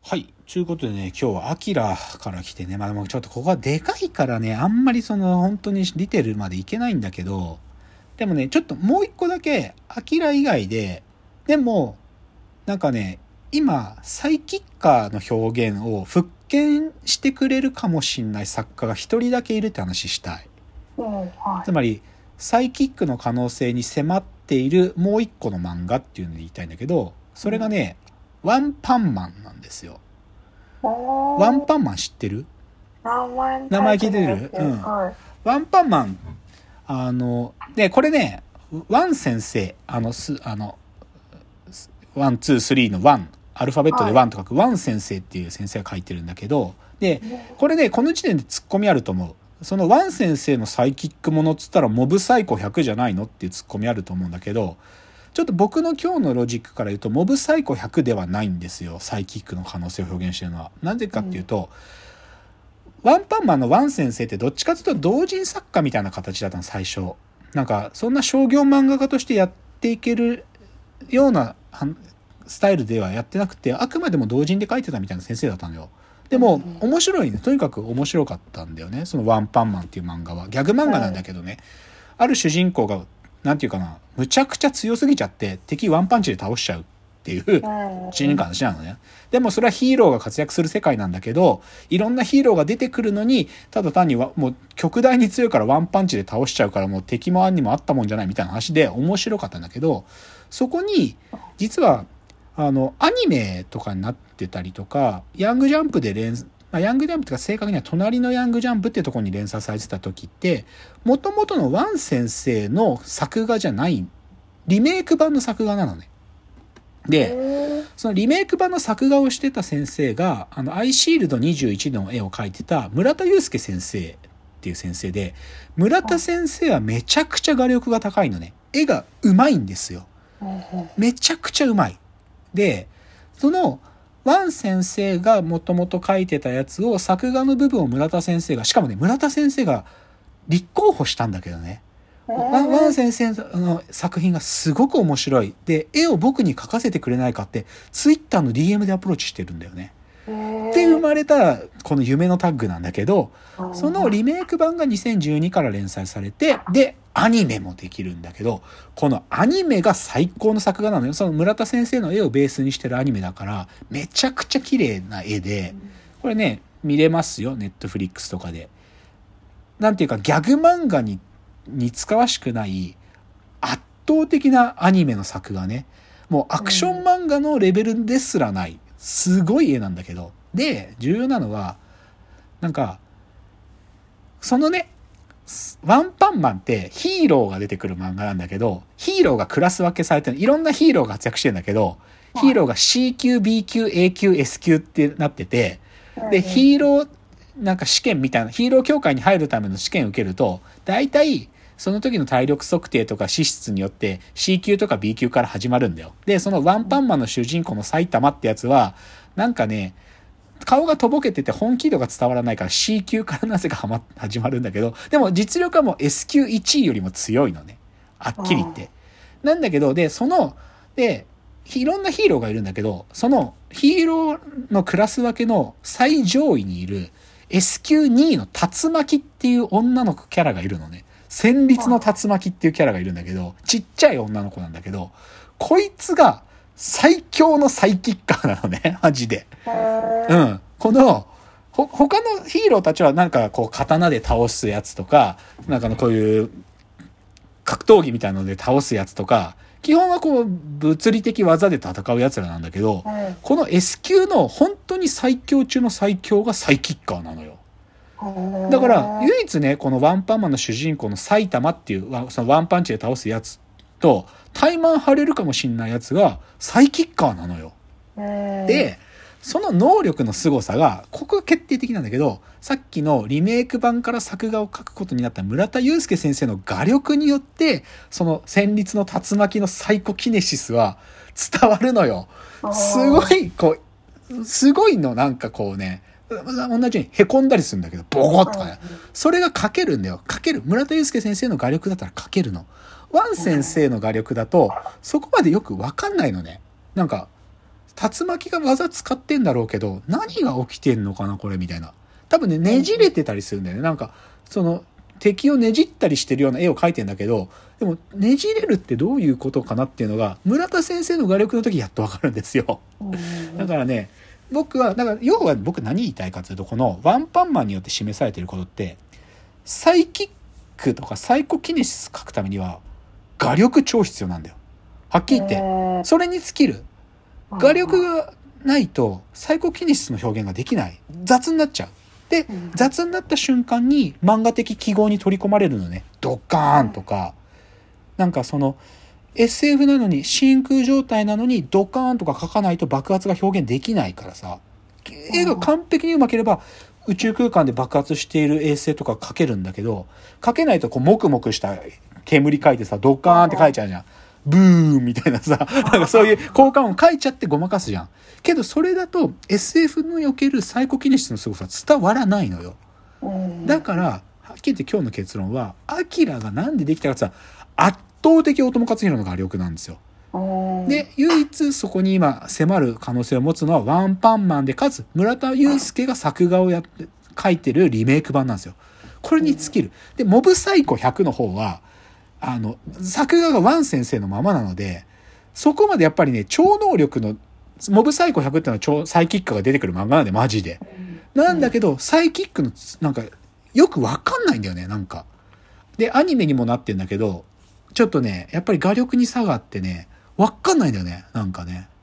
はい。ということでね、今日はアキラから来てね、まあでもちょっとここはでかいからね、あんまり本当にディテールまでいけないんだけど、でもね、ちょっともう一個だけ、アキラ以外で、でも、なんかね、今、サイキッカーの表現を復権してくれるかもしんない作家が一人だけいるって話したい。つまり、サイキックの可能性に迫っているもう一個の漫画っていうので言いたいんだけど、それがね、ワンパンマンなんですよ。ワンパンマン知ってる？名前聞いてる？うん。ワンパンマン、で、これね、ワン先生、ワン、ツー、スリーのワン、アルファベットでワンと書くワン先生っていう先生が書いてるんだけど、で、これね、この時点でツッコミあると思う。そのワン先生のサイキックものっつったらモブサイコ100じゃないのっていうツッコミあると思うんだけど、ちょっと僕の今日のロジックから言うと、モブサイコ100ではないんですよ。サイキックの可能性を表現してるのは。なぜかっていうと、ワンパンマンのワン先生ってどっちかというと同人作家みたいな形だったの、最初。なんか、そんな商業漫画家としてやっていけるようなスタイルではやってなくて、あくまでも同人で書いてたみたいな先生だったのよ。でも、面白いね。とにかく面白かったんだよね。そのワンパンマンっていう漫画は。ギャグ漫画なんだけどね。ある主人公が、なんていうかな、むちゃくちゃ強すぎちゃって敵ワンパンチで倒しちゃうっていう主人公の話なのね。でもそれはヒーローが活躍する世界なんだけど、いろんなヒーローが出てくるのに、ただ単にもう極大に強いからワンパンチで倒しちゃうから、もう敵も案にもあったもんじゃないみたいな話で面白かったんだけど、そこに実はアニメとかになってたりとか、ヤングジャンプでヤングジャンプとか正確には隣のヤングジャンプっていうところに連載されてた時って、元々のワン先生の作画じゃない、リメイク版の作画なのね。で、そのリメイク版の作画をしてた先生が、アイシールド21の絵を描いてた村田祐介先生っていう先生で、村田先生はめちゃくちゃ画力が高いのね。絵が上手いんですよ。めちゃくちゃ上手い。で、その、ワン先生がもともと書いてたやつを、作画の部分を村田先生が、しかもね、村田先生が立候補したんだけどね。ワン先生の作品がすごく面白い。で、絵を僕に描かせてくれないかって、ツイッターの DM でアプローチしてるんだよね。で、生まれたこの夢のタッグなんだけど、そのリメイク版が2012から連載されて、で、アニメもできるんだけど、このアニメが最高の作画なのよ。その村田先生の絵をベースにしてるアニメだから、めちゃくちゃ綺麗な絵で、これね、見れますよ、ネットフリックスとかで。なんていうか、ギャグ漫画に似つかわしくない圧倒的なアニメの作画ね。もうアクション漫画のレベルですらない。すごい絵なんだけど。で、重要なのは、なんか、そのね、ワンパンマンってヒーローが出てくる漫画なんだけど、ヒーローがクラス分けされてる、いろんなヒーローが活躍してるんだけど、ヒーローが C 級、B 級、A 級、S 級ってなってて、で、ヒーロー、なんか試験みたいな、ヒーロー協会に入るための試験を受けると、大体、その時の体力測定とか資質によって C 級とか B 級から始まるんだよ。で、そのワンパンマンの主人公の埼玉ってやつは、なんかね、顔がとぼけてて本気度が伝わらないから C 級からなぜか始まるんだけど、でも実力はもう S 級1位よりも強いのね。はっきり言って。なんだけど、で、いろんなヒーローがいるんだけど、そのヒーローのクラス分けの最上位にいる S 級2位の竜巻っていう女の子キャラがいるのね。戦慄の竜巻っていうキャラがいるんだけど、ちっちゃい女の子なんだけど、こいつが最強のサイキッカーなのね、マジで。うん。他のヒーローたちはなんかこう刀で倒すやつとか、なんかこういう格闘技みたいなので倒すやつとか、基本はこう物理的技で戦うやつらなんだけど、この S 級の本当に最強中の最強がサイキッカーなのよ。だから唯一ね、このワンパンマンの主人公の埼玉っていうそのワンパンチで倒すやつと対マン張れるかもしんないやつがサイキッカーなのよ。で、その能力の凄さが、ここが決定的なんだけど、さっきのリメイク版から作画を書くことになった村田祐介先生の画力によって、その戦慄の竜巻のサイコキネシスは伝わるのよ。すごいの、なんかこうね、同じように凹んだりするんだけど、ボコッとかね。それが書けるんだよ。村田祐介先生の画力だったら書けるの。ワン先生の画力だと、そこまでよくわかんないのね。なんか、 竜巻が技使ってんだろうけど、何が起きてんのかなこれみたいな。多分ね、ねじれてたりするんだよね。なんか、その、敵をねじったりしてるような絵を描いてんだけど、でも、ねじれるってどういうことかなっていうのが、村田先生の画力の時やっとわかるんですよ。だからね、僕は、だから、要は僕何言いたいかというと、このワンパンマンによって示されていることって、サイキックとかサイコキネシス描くためには、画力超必要なんだよ。はっきり言って。それに尽きる。画力がないと、サイコキネシスの表現ができない。雑になっちゃう。で、雑になった瞬間に漫画的記号に取り込まれるのね。ドッカーンとか、なんかその、SF なのに、真空状態なのにドカーンとか書かないと爆発が表現できないからさ。絵が完璧にうまければ、宇宙空間で爆発している衛星とか描けるんだけど、描けないとこう、もくもくした煙描いてさ、ドカーンって書いちゃうじゃん。ブーンみたいなさ、なんかそういう効果音書いちゃってごまかすじゃん。けどそれだと SF におけるサイコキネシスの凄さ伝わらないのよ。だから、はっきり言って今日の結論は、アキラがなんでできたかってさ、圧倒的大友克洋の画力なんですよ。で、唯一そこに今迫る可能性を持つのはワンパンマンで、かつ村田祐介が作画を描いてるリメイク版なんですよ。これに尽きる。で、モブサイコ100の方は、作画がワン先生のままなので、そこまでやっぱりね、超能力の、モブサイコ100っていうのはサイキックが出てくる漫画なんで、マジで。なんだけど、サイキックの、なんか、よくわかんないんだよね、なんか。で、アニメにもなってんだけど、ちょっとね、やっぱり画力に差があってね、わかんないんだよね、なんかね。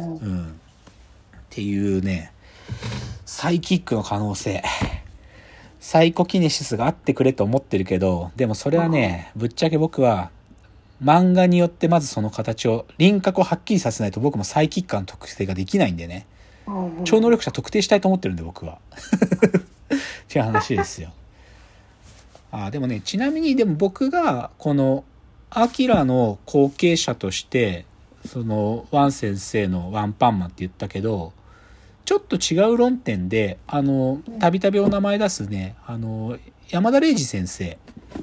っていうね、サイキックの可能性。サイコキネシスがあってくれと思ってるけど、でもそれはね、ぶっちゃけ僕は、漫画によってまずその形を、輪郭をはっきりさせないと僕もサイキックの特性ができないんでね。超能力者特定したいと思ってるんで僕は。っていう話ですよ。でもね、ちなみにでも僕が、この、アキラの後継者として、その、ワン先生のワンパンマンって言ったけど、ちょっと違う論点で、たびたびお名前出すね、山田礼二先生、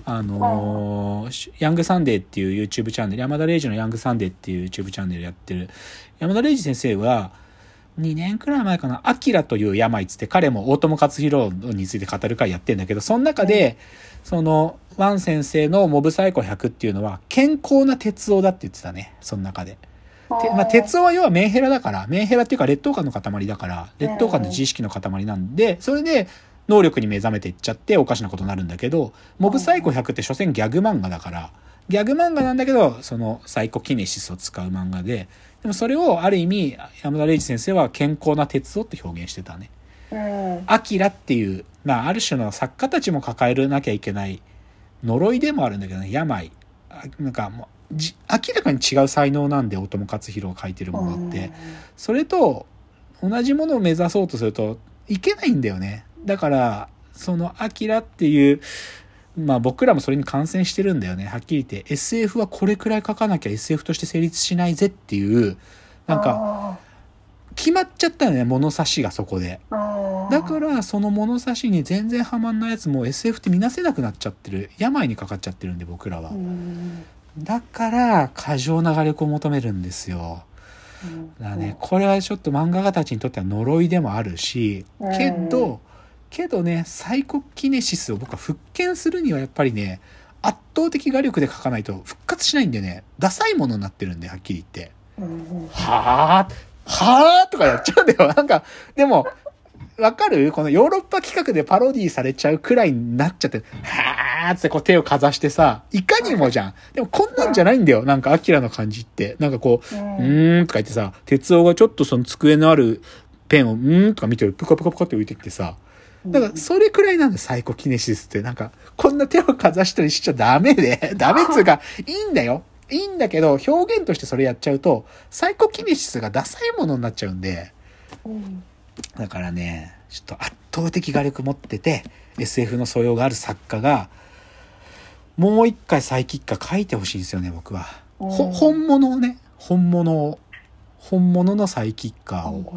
ヤングサンデーっていう YouTube チャンネル、山田礼二のヤングサンデーっていう YouTube チャンネルやってる、山田礼二先生は、2年くらい前かな、アキラという病つって彼も大友克洋について語る回やってんだけど、その中で、その、ワン先生のモブサイコ100っていうのは、健康な鉄夫だって言ってたね、その中で。鉄夫は要はメンヘラだから、メンヘラっていうか劣等感の塊だから、劣等感の自意識の塊なんで、それで能力に目覚めていっちゃっておかしなことになるんだけど、モブサイコ100って所詮ギャグ漫画だから、ギャグ漫画なんだけど、そのサイコキネシスを使う漫画で、でもそれをある意味、山田礼二先生は健康な鉄夫って表現してたね。アキラっていう、ある種の作家たちも抱えなきゃいけない呪いでもあるんだけどね、病。なんかもう、明らかに違う才能なんで、大友克洋が書いてるものって。それと、同じものを目指そうとするといけないんだよね。だから、そのアキラっていう、僕らもそれに感染してるんだよね。はっきり言って。SF はこれくらい書かなきゃ SF として成立しないぜっていう、なんか、決まっちゃったよね、物差しがそこで。だから、その物差しに全然ハマんないやつも SF って見なせなくなっちゃってる。病にかかっちゃってるんで、僕らは。だから、過剰な画力を求めるんですよ。だからね、これはちょっと漫画家たちにとっては呪いでもあるし、けどね、サイコキネシスを僕は復権するにはやっぱりね、圧倒的画力で描かないと復活しないんでね、ダサいものになってるんで、はっきり言って。はぁとかやっちゃうんだよ。なんか、でも、わかる？このヨーロッパ企画でパロディされちゃうくらいになっちゃって、はぁーってこう手をかざしてさ、いかにもじゃん。でもこんなんじゃないんだよ。なんかアキラの感じって。なんかこう、とか言ってさ、哲夫がちょっとその机のあるペンをとか見てる、プカプカプカって浮いてきてさ、だからそれくらいなんだよ、サイコキネシスって。なんか、こんな手をかざしたりしちゃダメで、ダメっつうか、いいんだよ。いいんだけど、表現としてそれやっちゃうと、サイコキネシスがダサいものになっちゃうんで、だからね、ちょっと圧倒的画力持ってて、SF の素養がある作家が、もう一回サイキック書いてほしいんですよね、僕は。本物をね、本物のサイキッカーを。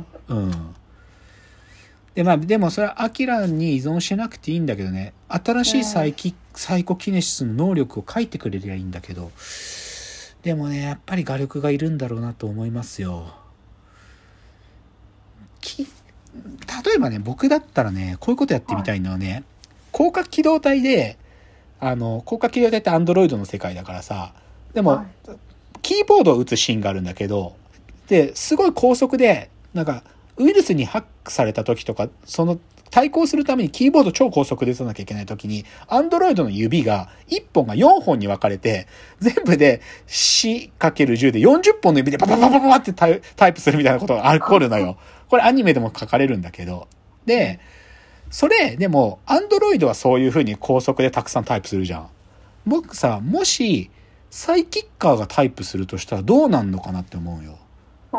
でもそれはアキラに依存しなくていいんだけどね、新しいサイコキネシスの能力を書いてくれりゃいいんだけど、でもね、やっぱり画力がいるんだろうなと思いますよ。 例えばね、僕だったらね、こういうことやってみたいのはね、広角機動隊で、広角機動隊ってアンドロイドの世界だからさ、でも、キーボードを打つシーンがあるんだけど、で、すごい高速で、なんか、ウイルスにハックされた時とか、その、対抗するためにキーボード超高速で打たなきゃいけない時に、アンドロイドの指が、1本が4本に分かれて、全部で 4×10 で40本の指でパパパパパってタイプするみたいなことが起こるのよ。これアニメでも書かれるんだけど。で、それ、でも、アンドロイドはそういう風に高速でたくさんタイプするじゃん。僕さ、もし、サイキッカーがタイプするとしたらどうなんのかなって思うよ。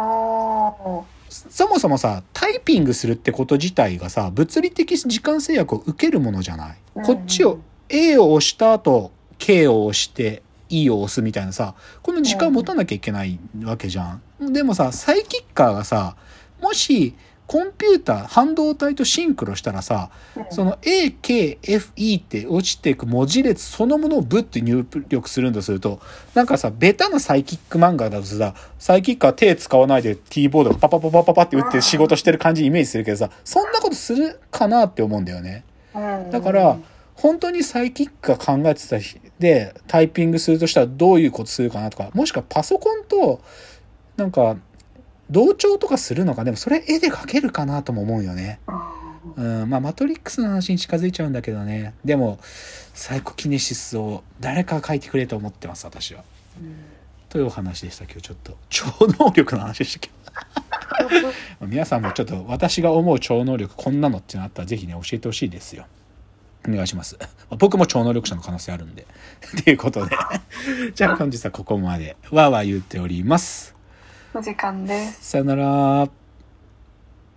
そもそもさ、タイピングするってこと自体がさ、物理的時間制約を受けるものじゃない。こっちを A を押した後 K を押して E を押すみたいなさ、この時間を持たなきゃいけないわけじゃん。でもさ、サイキッカーがさ、もしコンピューター、半導体とシンクロしたらさ、その A、K、F、E って落ちていく文字列そのものをブッて入力するんだとすると、なんかさ、ベタなサイキック漫画だとさ、サイキッカー手使わないでキーボードがパパパパパパって打って仕事してる感じイメージするけどさ、そんなことするかなって思うんだよね。だから、本当にサイキックが考えてたでタイピングするとしたらどういうことするかなとか、もしくはパソコンと、なんか、同調とかするのか、でもそれ絵で描けるかなとも思うよね。まあマトリックスの話に近づいちゃうんだけどね。でもサイコキネシスを誰かが描いてくれと思ってます私は。というお話でした。今日ちょっと超能力の話でしたけど皆さんもちょっと私が思う超能力こんなのってのあったらぜひね教えてほしいですよ。お願いします。僕も超能力者の可能性あるんでということでじゃあ本日はここまでわーわー言っております。 お時間です。 さよなら。